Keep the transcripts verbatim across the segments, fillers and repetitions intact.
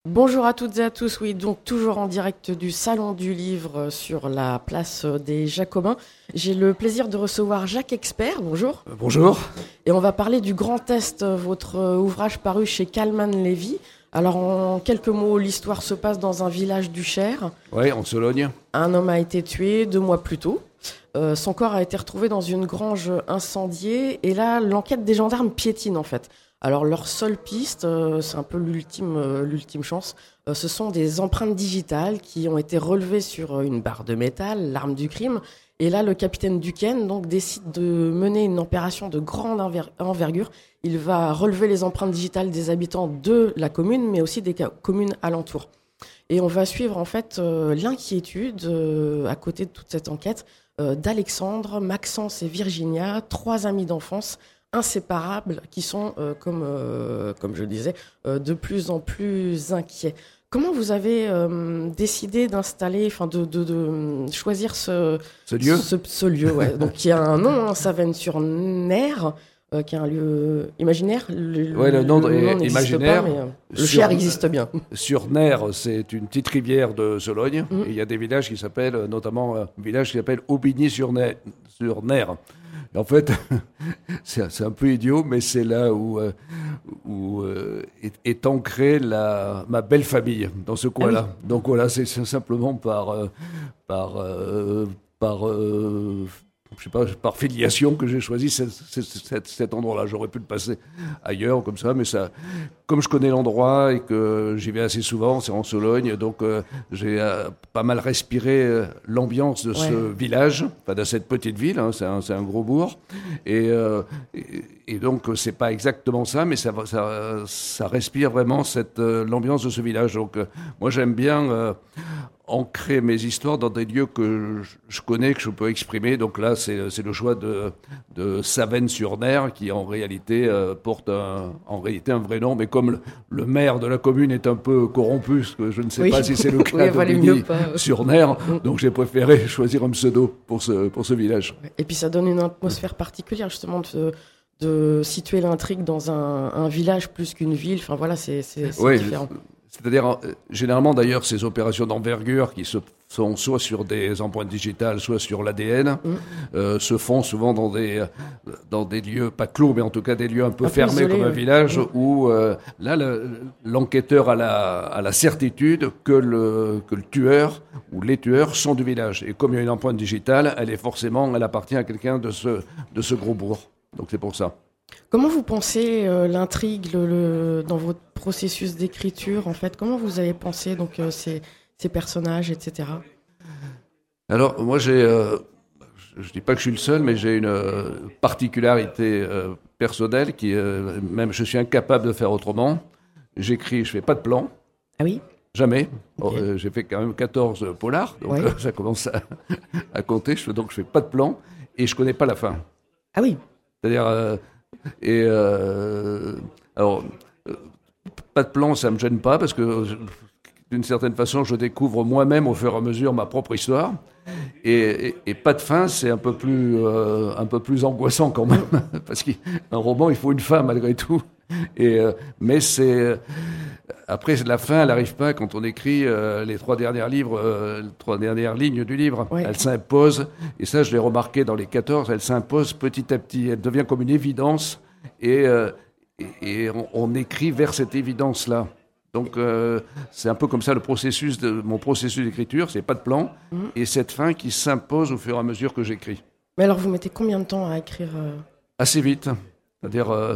Bonjour à toutes et à tous, oui, donc toujours en direct du Salon du Livre sur la place des Jacobins. J'ai le plaisir de recevoir Jacques Expert, bonjour. Euh, bonjour. Et on va parler du Grand Est, votre ouvrage paru chez Calman Lévy. Alors en quelques mots, l'histoire se passe dans un village du Cher. Oui, en Sologne. Un homme a été tué deux mois plus tôt. Euh, son corps a été retrouvé dans une grange incendiée. Et là, l'enquête des gendarmes piétine en fait. Alors leur seule piste, euh, c'est un peu l'ultime, euh, l'ultime chance, euh, ce sont des empreintes digitales qui ont été relevées sur une barre de métal, l'arme du crime. Et là, le capitaine Duquesne donc, décide de mener une opération de grande enver- envergure. Il va relever les empreintes digitales des habitants de la commune, mais aussi des ca- communes alentours. Et on va suivre en fait euh, l'inquiétude, euh, à côté de toute cette enquête, euh, d'Alexandre, Maxence et Virginia, trois amis d'enfance, inséparables, qui sont, euh, comme, euh, comme je le disais, euh, de plus en plus inquiets. Comment vous avez euh, décidé d'installer, enfin de, de, de choisir ce, Ce lieu ce, ce lieu, ouais. Donc qui a un nom, hein, Savenne-sur-Ner, euh, qui est un lieu imaginaire. Le, Ouais, le nom est n'existe imaginaire. pas, mais, euh, le Sur- Cher existe bien. Sur Ner, c'est une petite rivière de Sologne. Mm. Et il y a des villages qui s'appellent, notamment un village qui s'appelle Aubigny-sur-Ner. Sur Ner. Et en fait, c'est c'est un peu idiot, mais c'est là où, euh, où euh, est, est ancrée la, ma belle famille, dans ce coin-là. Ah oui. Donc voilà, c'est c'est simplement par, euh, par, euh, par, euh, je sais pas, par filiation que j'ai choisi cet, cet, cet- cet endroit-là. J'aurais pu le passer ailleurs, comme ça, mais ça, comme je connais l'endroit et que j'y vais assez souvent, c'est en Sologne, donc euh, j'ai euh, pas mal respiré euh, l'ambiance de ce Ouais. village, enfin de cette petite ville, hein, c'est un, c'est un gros bourg, et, euh, et, et donc euh, c'est pas exactement ça, mais ça, va- ça, ça respire vraiment cette euh, l'ambiance de ce village. Donc euh, moi j'aime bien euh, ancrer mes histoires dans des lieux que je, je connais, que je peux exprimer. Donc là, c'est c'est le choix de, de Savenne-sur-Ner, qui en réalité euh, porte un, en réalité un vrai nom. Mais comme le, le maire de la commune est un peu corrompu, parce que je ne sais Oui. pas si c'est le Oui, cas il valait de mieux pas. sur Ner, donc j'ai préféré choisir un pseudo pour ce, pour ce village. Et puis ça donne une atmosphère particulière justement de, de situer l'intrigue dans un, un village plus qu'une ville. Enfin voilà, c'est c'est- c'est Oui, différent. c'est-à-dire, euh, généralement d'ailleurs, ces opérations d'envergure qui se sont soit sur des empreintes digitales, soit sur l'A D N, Mm. euh, se font souvent dans des, dans des lieux, pas clos, mais en tout cas des lieux un peu Un peu fermés isolés, comme un oui. village, Mm. où euh, là, le- l'enquêteur a la, a la certitude que le, que le tueur ou les tueurs sont du village. Et comme il y a une empreinte digitale, elle est forcément, elle appartient à quelqu'un de ce, de ce gros bourg. Donc c'est pour ça. Comment vous pensez euh, l'intrigue le, le- dans votre processus d'écriture en fait? Comment vous avez pensé donc euh, ces, ces personnages, et cetera. Alors, moi, j'ai, euh, je ne dis pas que je suis le seul, mais j'ai une euh, particularité euh, personnelle qui, euh, même, je suis incapable de faire autrement. J'écris, je fais pas de plan, Ah oui? jamais. Ok. Bon, euh, j'ai fait quand même quatorze polars, donc Ouais. euh, ça commence à, à compter. Je, fais- donc, je fais pas de plan et je connais pas la fin. Ah oui. C'est-à-dire, euh, et euh, alors, euh, pas de plan, ça me gêne pas parce que euh, d'une certaine façon, je découvre moi-même au fur et à mesure ma propre histoire. Et, et, et pas de fin, c'est un peu plus, euh, un peu plus angoissant quand même, parce qu'un roman, il faut une fin malgré tout. Et euh, mais c'est après la fin, elle n'arrive pas quand on écrit euh, les trois dernières livres, euh, les trois dernières lignes du livre. Ouais. Elle s'impose, et ça, je l'ai remarqué dans les quatorze. Elle s'impose petit à petit. Elle devient comme une évidence, et, euh, et, et on, on écrit vers cette évidence-là. Donc euh, c'est un peu comme ça le processus de mon processus d'écriture, c'est pas de plan Mhm. et cette fin qui s'impose au fur et à mesure que j'écris. Mais alors vous mettez combien de temps à écrire euh, Assez vite, c'est-à-dire euh,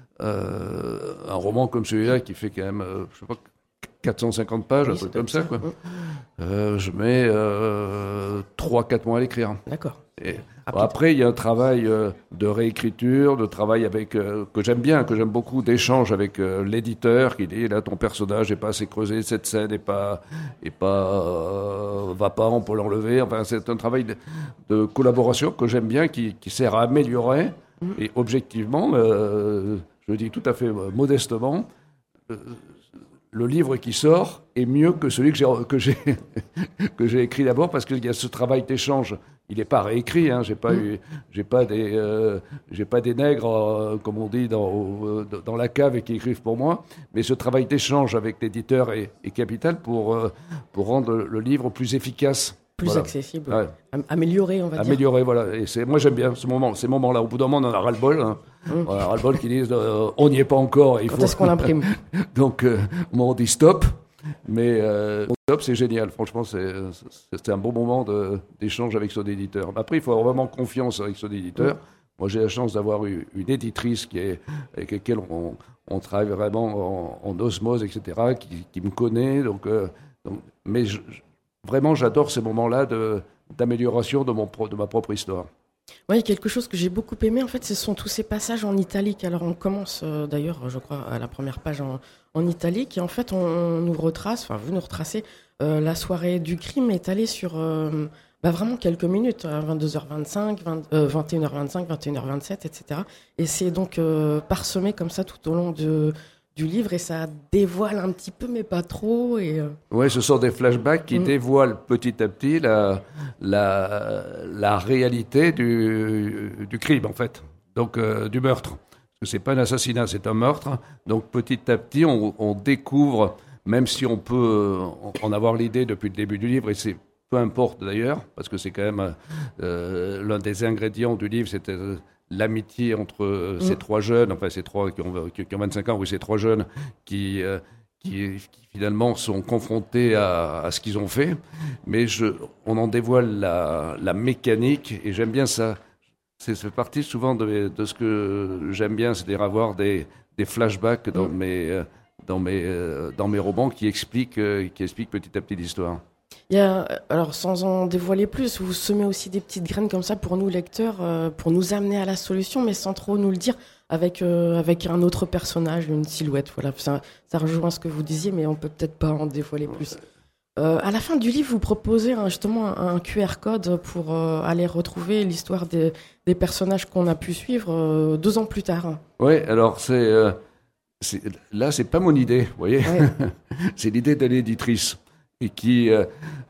euh, un roman comme celui-là qui fait quand même, euh, je sais pas, quatre cent cinquante pages, oui, un truc doit comme être ça, quoi. Mhm. Euh, je mets euh, trois quatre mois à l'écrire. D'accord. Et, Ah, bon, après, il y a un travail euh, de réécriture, de travail avec euh, que j'aime bien, que j'aime beaucoup, d'échange avec euh, l'éditeur qui dit là ton personnage n'est pas assez creusé, cette scène n'est pas est pas euh, va pas, on peut l'enlever. Enfin, c'est un travail de, de collaboration que j'aime bien, qui, qui sert à améliorer. Mhm. Et objectivement, euh, je le dis tout à fait euh, modestement, euh, le livre qui sort est mieux que celui que j'ai que j'ai que j'ai écrit d'abord parce qu'il y a ce travail d'échange il n'est pas réécrit. Hein. J'ai pas mmh. eu, j'ai pas des, euh, j'ai pas des nègres, euh, comme on dit, dans, euh, dans la cave et qui écrivent pour moi. Mais ce travail d'échange avec l'éditeur est, est capital pour euh, pour rendre le livre plus efficace. Plus voilà. accessible, ouais. Amélioré, on va Amélioré, dire. Amélioré, voilà. Et c'est, moi, j'aime bien ce moment, ces moments-là. Au bout d'un moment, on en a ras-le-bol. Hein. Mmh. On a ras-le-bol qui disent euh, on n'y est pas encore. Il Quand faut... est-ce qu'on l'imprime? Donc, euh, on dit stop. Mais euh, stop, c'est génial. Franchement, c'est, c'est un bon moment de, d'échange avec son éditeur. Après, il faut avoir vraiment confiance avec son éditeur. Mmh. Moi, j'ai la chance d'avoir eu une éditrice qui est, avec laquelle on, on travaille vraiment en, en osmose, et cetera, qui, qui me connaît. Donc, euh, donc, mais je, vraiment, j'adore ces moments-là de, d'amélioration de, mon, de ma propre histoire. Oui, quelque chose que j'ai beaucoup aimé, en fait, ce sont tous ces passages en italique. Alors, on commence, euh, d'ailleurs, je crois, à la première page en, en italique. Et en fait, on, on nous retrace, enfin, vous nous retracez, euh, la soirée du crime étalée sur euh, bah, vraiment quelques minutes, à vingt-deux heures vingt-cinq, vingt, euh, vingt et une heures vingt-cinq, vingt et une heures vingt-sept, et cetera. Et c'est donc euh, parsemé comme ça tout au long de... du livre et ça dévoile un petit peu mais pas trop et euh... oui, ce sont des flashbacks qui mmh. dévoilent petit à petit la la la réalité du du crime en fait, donc euh, du meurtre. Parce que c'est pas un assassinat, c'est un meurtre. Donc petit à petit on, on découvre, même si on peut en avoir l'idée depuis le début du livre, et c'est peu importe d'ailleurs parce que c'est quand même euh, l'un des ingrédients du livre, c'était euh, l'amitié entre euh, ces mmh. trois jeunes, enfin ces trois qui ont, qui, qui ont vingt-cinq ans, oui, ces trois jeunes qui, euh, qui, qui finalement sont confrontés à, à ce qu'ils ont fait. Mais je, on en dévoile la, la mécanique et j'aime bien ça. C'est, ça fait partie souvent de, de ce que j'aime bien, c'est-à-dire avoir des, des flashbacks dans, mmh. mes, dans, mes, dans mes romans qui expliquent, qui expliquent petit à petit l'histoire. Il y a, alors sans en dévoiler plus, vous semez aussi des petites graines comme ça pour nous lecteurs, euh, pour nous amener à la solution, mais sans trop nous le dire, avec euh, avec un autre personnage, une silhouette. Voilà, ça, ça rejoint ce que vous disiez, mais on peut peut-être pas en dévoiler plus. Euh, à la fin du livre, vous proposez hein, justement un, un Q R code pour euh, aller retrouver l'histoire des, des personnages qu'on a pu suivre euh, deux ans plus tard. Oui, alors c'est, euh, c'est là, c'est pas mon idée, vous voyez, ouais. C'est l'idée de l'éditrice. Et qui, euh,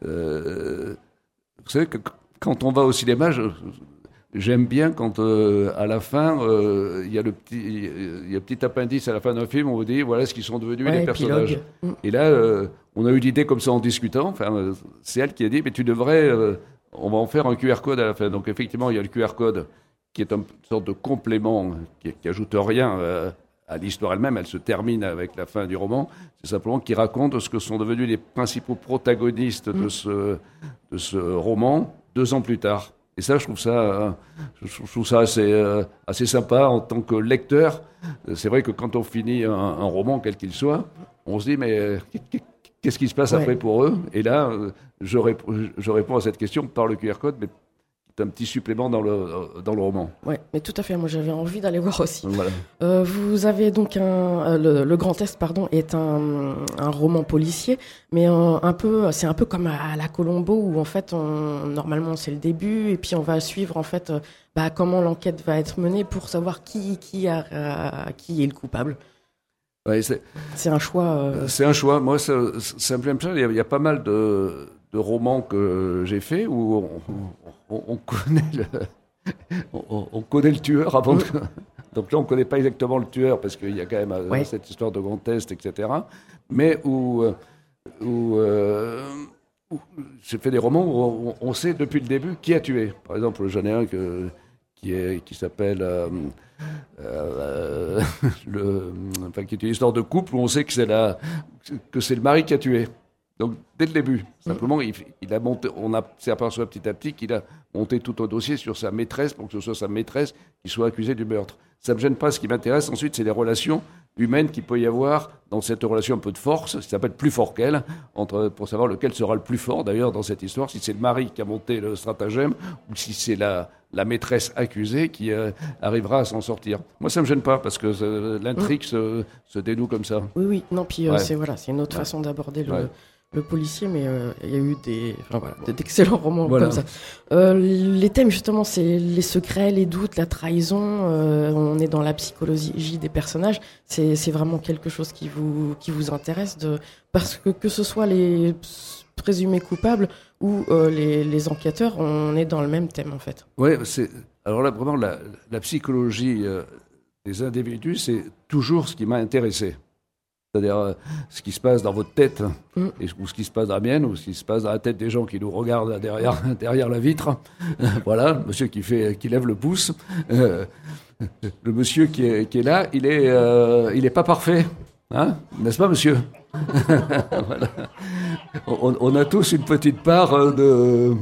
euh, vous savez que quand on va au cinéma, je, j'aime bien quand euh, à la fin il euh, y a le petit, il y a un petit appendice à la fin d'un film, on vous dit voilà ce qu'ils sont devenus ouais, les personnages. Épilogue. Et là, euh, on a eu l'idée comme ça en discutant. Enfin, c'est elle qui a dit mais tu devrais, euh, on va en faire un Q R code à la fin. Donc effectivement, il y a le Q R code qui est une sorte de complément qui, qui ajoute rien. Euh, à l'histoire elle-même, elle se termine avec la fin du roman. C'est simplement qu'il raconte ce que sont devenus les principaux protagonistes de ce, de ce roman deux ans plus tard. Et ça, je trouve ça, je trouve ça assez, euh, assez sympa en tant que lecteur. C'est vrai que quand on finit un, un roman, quel qu'il soit, on se dit, mais qu'est-ce qui se passe ouais. après pour eux ? Et là, je, rép- je réponds à cette question par le Q R code, mais c'est un petit supplément dans le, dans le roman. Oui, mais tout à fait. Moi, j'avais envie d'aller voir aussi. Voilà. Euh, vous avez donc un... Euh, le, le Grand Est, pardon, est un, un roman policier, mais un, un peu, c'est un peu comme à, à la Colombo, où en fait, on, normalement, c'est le début, et puis on va suivre en fait bah, comment l'enquête va être menée pour savoir qui, qui, a, euh, qui est le coupable. Ouais, c'est, c'est un choix... Euh... C'est un choix. Moi, ça, ça me plaît. Il y a, il y a pas mal de... de romans que j'ai fait où on, on, on connaît le on, on connaît le tueur avant de... donc là on connaît pas exactement le tueur parce qu'il y a quand même ouais. cette histoire de Grand Est, et cetera. Mais où où, euh, où j'ai fait des romans où on, on sait depuis le début qui a tué. Par exemple, j'en ai un que, qui est qui s'appelle euh, euh, le enfin qui est une histoire de couple où on sait que c'est la que c'est le mari qui a tué. Donc, dès le début, simplement, il, il a monté, on a, s'est aperçu petit à petit qu'il a monté tout un dossier sur sa maîtresse pour que ce soit sa maîtresse qui soit accusée du meurtre. Ça ne me gêne pas. Ce qui m'intéresse ensuite, c'est les relations humaines qu'il peut y avoir dans cette relation un peu de force, qui s'appelle plus fort qu'elle, entre, pour savoir lequel sera le plus fort d'ailleurs dans cette histoire, si c'est le mari qui a monté le stratagème ou si c'est la, la maîtresse accusée qui euh, arrivera à s'en sortir. Moi, ça ne me gêne pas parce que euh, l'intrigue mmh. se, se dénoue comme ça. Oui, oui. Non, puis euh, ouais. c'est, voilà, c'est une autre ouais. façon d'aborder le... Ouais. Le policier, mais il euh, y a eu des, enfin, voilà, d'excellents romans voilà. comme ça. Euh, les thèmes, justement, c'est les secrets, les doutes, la trahison. Euh, on est dans la psychologie des personnages. C'est, c'est vraiment quelque chose qui vous, qui vous intéresse, de, parce que que ce soit les présumés coupables où euh, les, les enquêteurs, on est dans le même thème en fait. Oui, c'est alors là vraiment la, la psychologie euh, des individus, c'est toujours ce qui m'a intéressé. C'est-à-dire euh, ce qui se passe dans votre tête, mm. et, ou ce qui se passe dans la mienne, ou ce qui se passe dans la tête des gens qui nous regardent derrière, derrière la vitre. Voilà, le monsieur qui, fait, qui lève le pouce. Euh, le monsieur qui est, qui est là, il est, euh, il est pas parfait. Hein, n'est-ce pas, monsieur? Voilà. on, on a tous une petite part de,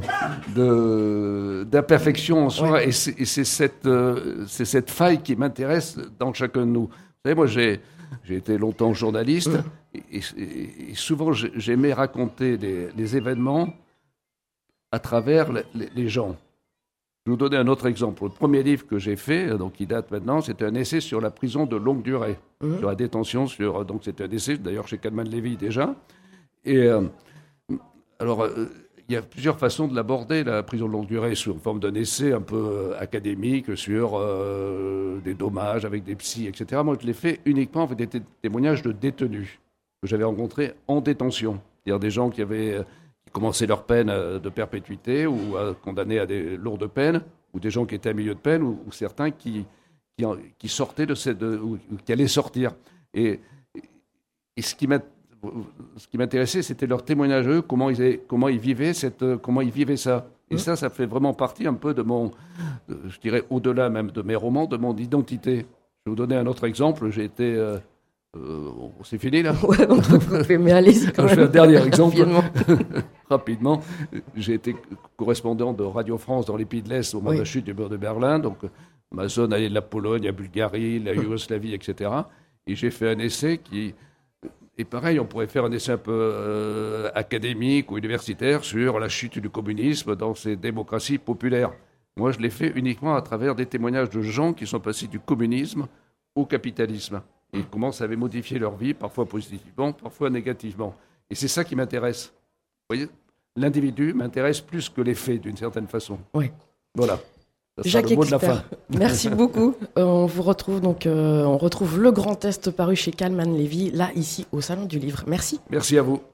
de, d'imperfection en soi, ouais. et, c'est, et c'est, cette, euh, c'est cette faille qui m'intéresse dans chacun de nous. Vous savez, moi, j'ai... J'ai été longtemps journaliste mmh. et, et, et souvent j'aimais raconter les, les événements à travers les, les gens. Je vais vous donner un autre exemple. Le premier livre que j'ai fait, donc qui date maintenant, c'était un essai sur la prison de longue durée, mmh. sur la détention. Sur, donc c'était un essai d'ailleurs chez Kalman Levy déjà. Et euh, alors. Euh, Il y a plusieurs façons de l'aborder, la prison de longue durée, sous forme d'un essai un peu académique sur euh, des dommages avec des psys, et cetera. Moi, je l'ai fait uniquement avec des t- témoignages de détenus que j'avais rencontrés en détention. C'est-à-dire des gens qui avaient qui commençaient leur peine de perpétuité ou à, condamnés à des lourdes peines, ou des gens qui étaient à milieu de peine, ou, ou certains qui, qui, qui sortaient de cette... De, ou, ou qui allaient sortir. Et, et ce qui m'a... Ce qui m'intéressait, c'était leur témoignage, eux, comment ils, comment ils vivaient cette, comment ils vivaient ça. Et mmh. ça, ça fait vraiment partie un peu de mon, je dirais au-delà même de mes romans, de mon identité. Je vais vous donner un autre exemple. J'ai été, euh, euh, c'est fini là. Ouais, on peut, mais allez-y quand même. Je fais un dernier exemple. Rapidement. Rapidement. J'ai été correspondant de Radio France dans les pays de l'Est au moment oui. de la chute du mur de Berlin. Donc ma zone allait de la Pologne, la Bulgarie, la Yougoslavie, et cetera. Et j'ai fait un essai qui Et pareil, on pourrait faire un essai un peu euh, académique ou universitaire sur la chute du communisme dans ces démocraties populaires. Moi, je l'ai fait uniquement à travers des témoignages de gens qui sont passés du communisme au capitalisme et comment ça avait modifié leur vie, parfois positivement, parfois négativement. Et c'est ça qui m'intéresse. Vous voyez, l'individu m'intéresse plus que les faits, d'une certaine façon. Oui. Voilà. Jacques Exper, merci beaucoup. Euh, on vous retrouve donc, euh, on retrouve Le Grand Est paru chez Kalman Levy, là, ici, au Salon du Livre. Merci. Merci à vous.